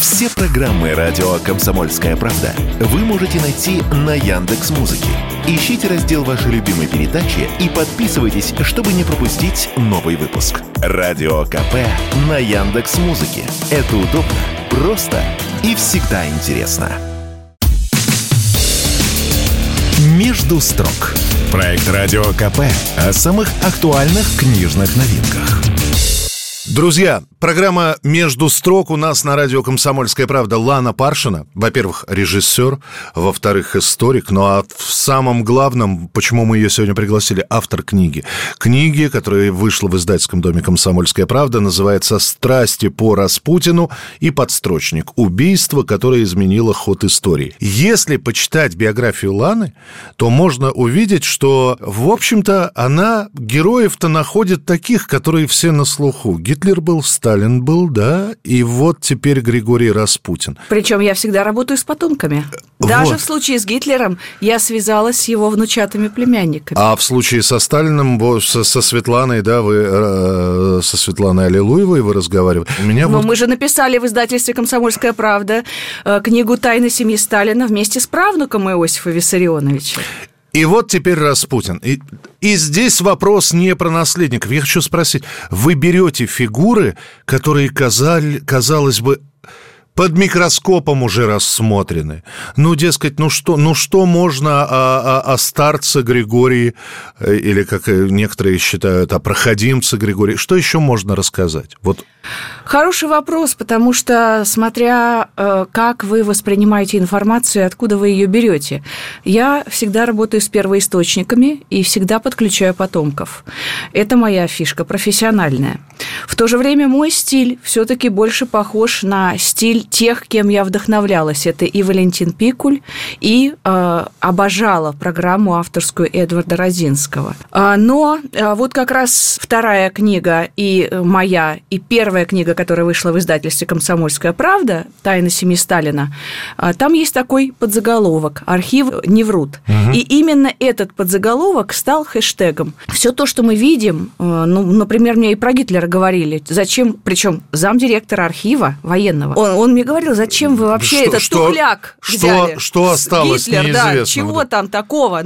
Все программы радио «Комсомольская правда» вы можете найти на Яндекс.Музыке. Ищите раздел вашей любимой передачи и подписывайтесь, чтобы не пропустить новый выпуск. Радио КП на Яндекс.Музыке. Это удобно, просто и всегда интересно. «Между строк» – проект Радио КП о самых актуальных книжных новинках. Друзья, программа «Между строк» у нас на радио «Комсомольская правда». Лана Паршина, во-первых, режиссер, во-вторых, историк, ну а в самом главном, почему мы ее сегодня пригласили, автор книги. Книги, которая вышла в издательском доме «Комсомольская правда», называется «Страсти по Распутину» и подстрочник «Убийство, которое изменило ход истории». Если почитать биографию Ланы, то можно увидеть, что, в общем-то, она героев-то находит таких, которые все на слуху. Гитлер был, Сталин был, да, и вот теперь Григорий Распутин. Причем я всегда работаю с потомками. Даже в случае с Гитлером я связалась с его внучатыми племянниками. А в случае со Сталиным, со Светланой, да, вы со Светланой Аллилуевой вы разговаривали. Мы же написали в издательстве «Комсомольская правда» книгу «Тайны семьи Сталина» вместе с правнуком Иосифа Виссарионовича. И вот теперь Распутин. И здесь вопрос не про наследников. Я хочу спросить, вы берете фигуры, которые, казалось бы, под микроскопом уже рассмотрены. Ну, дескать, что можно о старце Григории, или, как некоторые считают, о проходимце Григории, что еще можно рассказать? Вот. Хороший вопрос, потому что, смотря как вы воспринимаете информацию, откуда вы ее берете. Я всегда работаю с первоисточниками и всегда подключаю потомков. Это моя фишка профессиональная. В то же время мой стиль все-таки больше похож на стиль тех, кем я вдохновлялась. Это и Валентин Пикуль, и обожала программу авторскую Эдварда Радзинского. Но вот как раз вторая книга и моя, и первая книга, которая вышла в издательстве «Комсомольская правда», «Тайны семьи Сталина», там есть такой подзаголовок «Архив не врут». Угу. И именно этот подзаголовок стал хэштегом. Все то, что мы видим, например, мне и про Гитлера говорили, зачем, причем замдиректора архива военного, он мне говорил, зачем вы вообще этот тухляк взяли? Что осталось Гитлер, неизвестного? Да, чего там такого?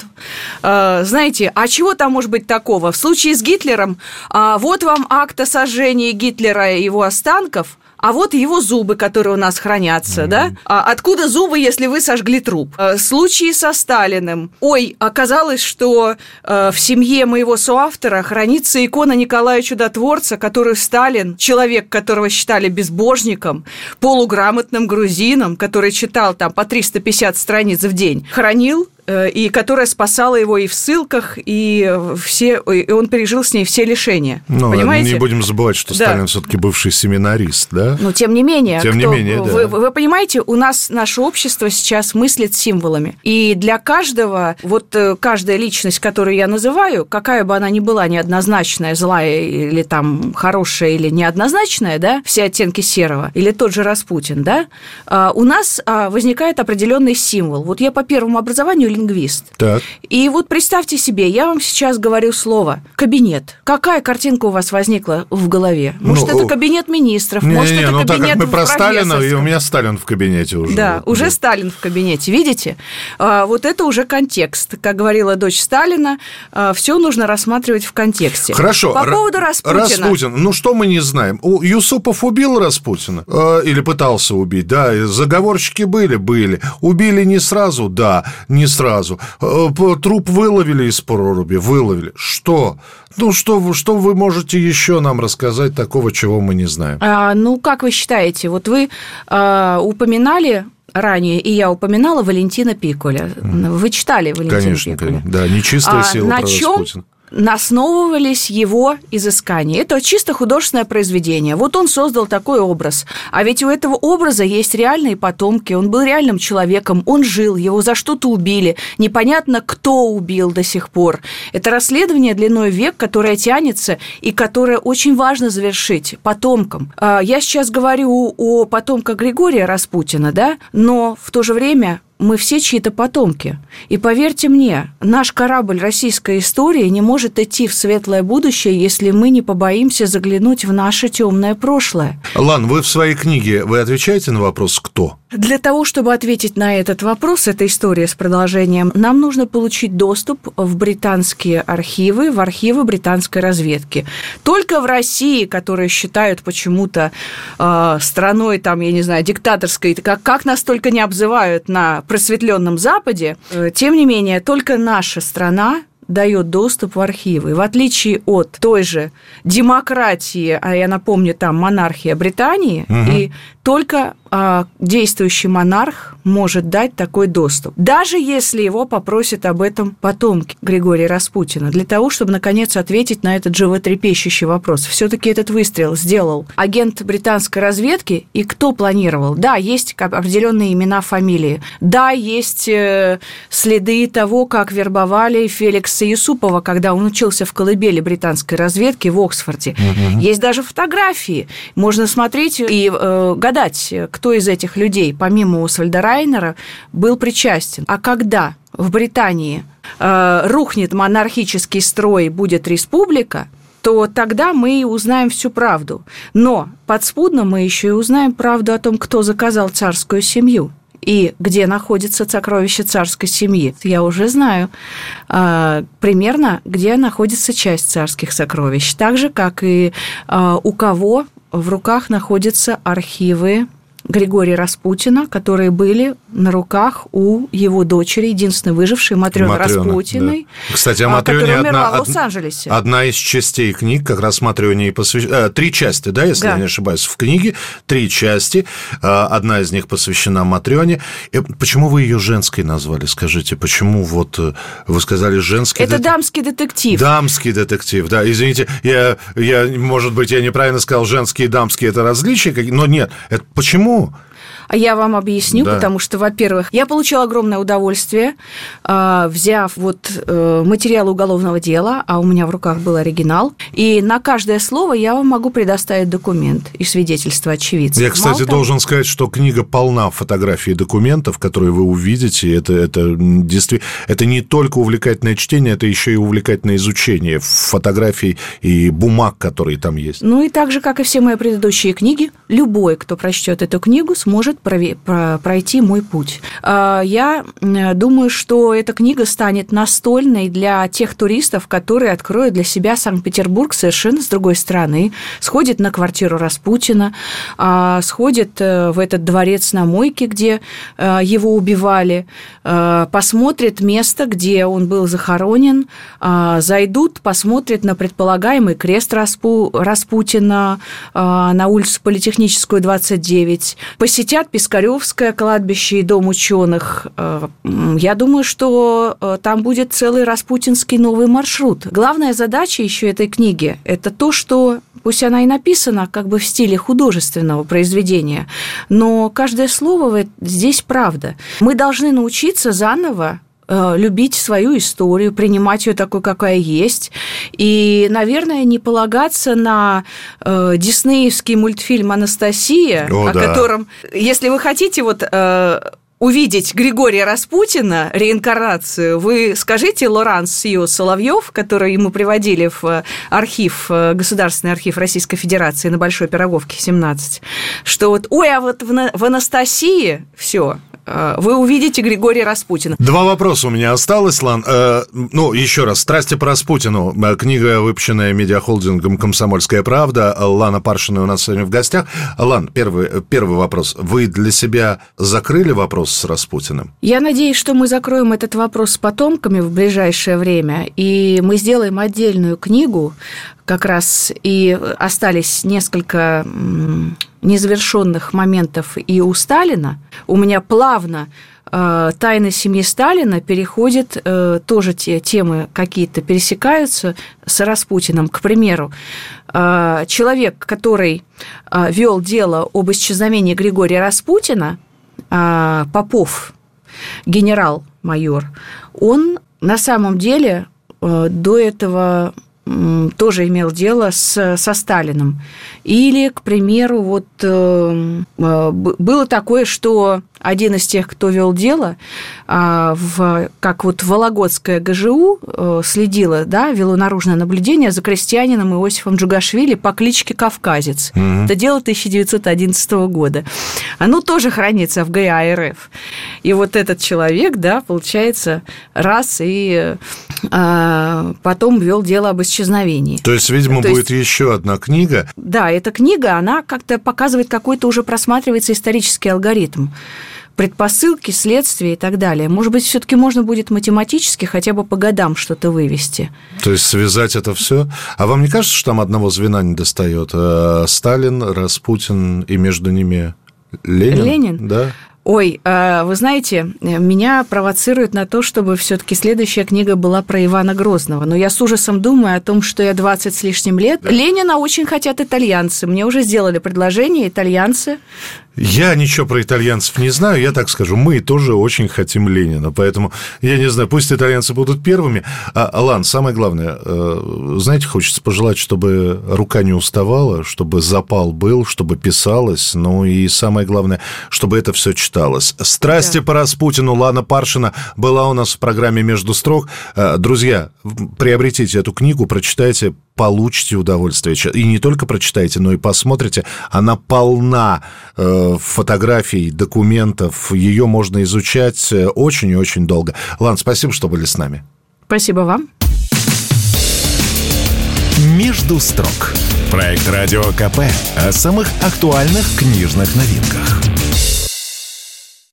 Знаете, а чего там может быть такого? В случае с Гитлером, вот вам акт о сожжении Гитлера и его останков, а вот его зубы, которые у нас хранятся, да? Откуда зубы, если вы сожгли труп? В случае со Сталиным. Оказалось, что в семье моего соавтора хранится икона Николая Чудотворца, которую Сталин, человек, которого считали безбожником, полуграмотным грузином, который читал там по 350 страниц в день, хранил, и которая спасала его и в ссылках, и он пережил с ней все лишения. Понимаете? Не будем забывать, что Сталин все-таки бывший семинарист, да? Но тем не менее. Да. Вы понимаете, у нас наше общество сейчас мыслит символами. И для каждого, каждая личность, которую я называю, какая бы она ни была, неоднозначная, злая или там хорошая, или неоднозначная, да, все оттенки серого, или тот же Распутин, да, у нас возникает определенный символ. Вот я по первому образованию лингвист. Так. И вот представьте себе, я вам сейчас говорю слово «кабинет». Какая картинка у вас возникла в голове? Может, это кабинет министров, может, это кабинет так как мы про Сталина, и у меня Сталин в кабинете уже. Да, уже Сталин в кабинете, видите? Вот это уже контекст. Как говорила дочь Сталина, все нужно рассматривать в контексте. Хорошо. По поводу Распутина. Что мы не знаем? Юсупов убил Распутина? Или пытался убить? Да, заговорщики были. Убили не сразу? Да, не сразу. Труп выловили из проруби? Выловили. Что? Что вы можете еще нам рассказать такого, чего мы не знаем? Как вы считаете? Вот вы упоминали ранее, и я упоминала Валентина Пикуля. Вы читали Валентина Пикуля? Конечно, да, нечистая сила про Распутина. Основывались его изыскания. Это чисто художественное произведение. Вот он создал такой образ. А ведь у этого образа есть реальные потомки. Он был реальным человеком, он жил, его за что-то убили. Непонятно, кто убил до сих пор. Это расследование длиной век, которое тянется и которое очень важно завершить потомкам. Я сейчас говорю о потомках Григория Распутина, да, но в то же время мы все чьи-то потомки. И поверьте мне, наш корабль российской истории не может идти в светлое будущее, если мы не побоимся заглянуть в наше темное прошлое. Лан, вы в своей книге, вы отвечаете на вопрос «Кто?». Для того, чтобы ответить на этот вопрос, эта история с продолжением, нам нужно получить доступ в британские архивы, в архивы британской разведки. Только в России, которые считают почему-то страной, там, я не знаю, диктаторской, как нас только не обзывают на просветленном Западе, тем не менее, только наша страна дает доступ в архивы. И в отличие от той же демократии, а я напомню, там монархия Британии, и только действующий монарх может дать такой доступ. Даже если его попросят об этом потомки Григория Распутина, для того, чтобы, наконец, ответить на этот животрепещущий вопрос. Все-таки этот выстрел сделал агент британской разведки, и кто планировал? Да, есть определенные имена, фамилии. Да, есть следы того, как вербовали Феликса Юсупова, когда он учился в колыбели британской разведки в Оксфорде. Есть даже фотографии. Можно смотреть и гадать, кто из этих людей, помимо Освальда Райнера, был причастен. А когда в Британии рухнет монархический строй, будет республика, то тогда мы узнаем всю правду. Но подспудно мы еще и узнаем правду о том, кто заказал царскую семью и где находится сокровище царской семьи. Я уже знаю примерно, где находится часть царских сокровищ. Так же, как и у кого в руках находятся архивы Григория Распутина, которые были на руках у его дочери, единственной выжившей, Матрёны Распутиной, да. Кстати, о Матрёне которая умерла в Лос-Анджелесе. Одна из частей книг как раз Матрёне и посвящена. 3 части, да, если я не ошибаюсь, в книге 3 части. Одна из них посвящена Матрёне. Почему вы ее женской назвали? Скажите, почему вот вы сказали женский? Это дамский детектив. Дамский детектив, да. Извините, я, может быть, я неправильно сказал, женский и дамский – это различия, но нет. Это почему? А я вам объясню, потому что, во-первых, я получила огромное удовольствие, взяв материал уголовного дела, а у меня в руках был оригинал, и на каждое слово я вам могу предоставить документ и свидетельство очевидца. Я, кстати, должен сказать, что книга полна фотографий и документов, которые вы увидите. Это не только увлекательное чтение, это еще и увлекательное изучение фотографий и бумаг, которые там есть. Ну и так же, как и все мои предыдущие книги, любой, кто прочтет эту книгу, сможет пройти мой путь. Я думаю, что эта книга станет настольной для тех туристов, которые откроют для себя Санкт-Петербург совершенно с другой стороны, сходят на квартиру Распутина, сходят в этот дворец на Мойке, где его убивали, посмотрят место, где он был захоронен, зайдут, посмотрят на предполагаемый крест Распутина на улицу Политехническую, 29, посетят Пискаревское кладбище и Дом ученых. Я думаю, что там будет целый распутинский новый маршрут. Главная задача еще этой книги – это то, что, пусть она и написана как бы в стиле художественного произведения, но каждое слово здесь правда. Мы должны научиться заново любить свою историю, принимать ее такой, какая есть, и, наверное, не полагаться на диснеевский мультфильм «Анастасия», котором, если вы хотите увидеть Григория Распутина, реинкарнацию, вы скажите Лоранс Сио Соловьев, который ему приводили в архив, Государственный архив Российской Федерации на Большой Пироговке, 17, что в «Анастасии» все. Вы увидите Григория Распутина. 2 вопроса у меня осталось, Лан. Еще раз, «Страсти по Распутину». Книга, выпущенная медиахолдингом «Комсомольская правда». Лана Паршина у нас сегодня в гостях. Лан, первый вопрос. Вы для себя закрыли вопрос с Распутиным? Я надеюсь, что мы закроем этот вопрос с потомками в ближайшее время, и мы сделаем отдельную книгу, как раз и остались несколько незавершенных моментов и у Сталина. У меня плавно «Тайна семьи Сталина» переходит, тоже те темы какие-то пересекаются с Распутиным. К примеру, человек, который вел дело об исчезновении Григория Распутина, Попов, генерал-майор, он на самом деле до этого тоже имел дело со Сталиным. Или, к примеру, вот было такое, что один из тех, кто вел дело, как вот Вологодская ГЖУ следила, да, вело наружное наблюдение за крестьянином Иосифом Джугашвили по кличке Кавказец. Это дело 1911 года. Оно тоже хранится в ГА РФ. И вот этот человек, да, получается, раз и потом вел дело об исчезновении. То есть, видимо, будет еще одна книга. Да, эта книга, она как-то показывает какой-то уже просматривается исторический алгоритм. Предпосылки, следствия и так далее. Может быть, все-таки можно будет математически хотя бы по годам что-то вывести. То есть связать это все. А вам не кажется, что там одного звена не достает? Сталин, Распутин и между ними Ленин? Ленин? Да. Ой, вы знаете, меня провоцирует на то, чтобы все-таки следующая книга была про Ивана Грозного. Но я с ужасом думаю о том, что я 20 с лишним лет. Да. Ленина очень хотят итальянцы. Мне уже сделали предложение итальянцы. Я ничего про итальянцев не знаю, я так скажу, мы тоже очень хотим Ленина, поэтому, я не знаю, пусть итальянцы будут первыми. Лан, самое главное, знаете, хочется пожелать, чтобы рука не уставала, чтобы запал был, чтобы писалось, ну и самое главное, чтобы это все читалось. «Страсти по Распутину», Лана Паршина была у нас в программе «Между строк». Друзья, приобретите эту книгу, прочитайте, получите удовольствие. И не только прочитайте, но и посмотрите. Она полна фотографий, документов. Ее можно изучать очень и очень долго. Лан, спасибо, что были с нами. Спасибо вам. «Между строк». Проект «Радио КП» о самых актуальных книжных новинках.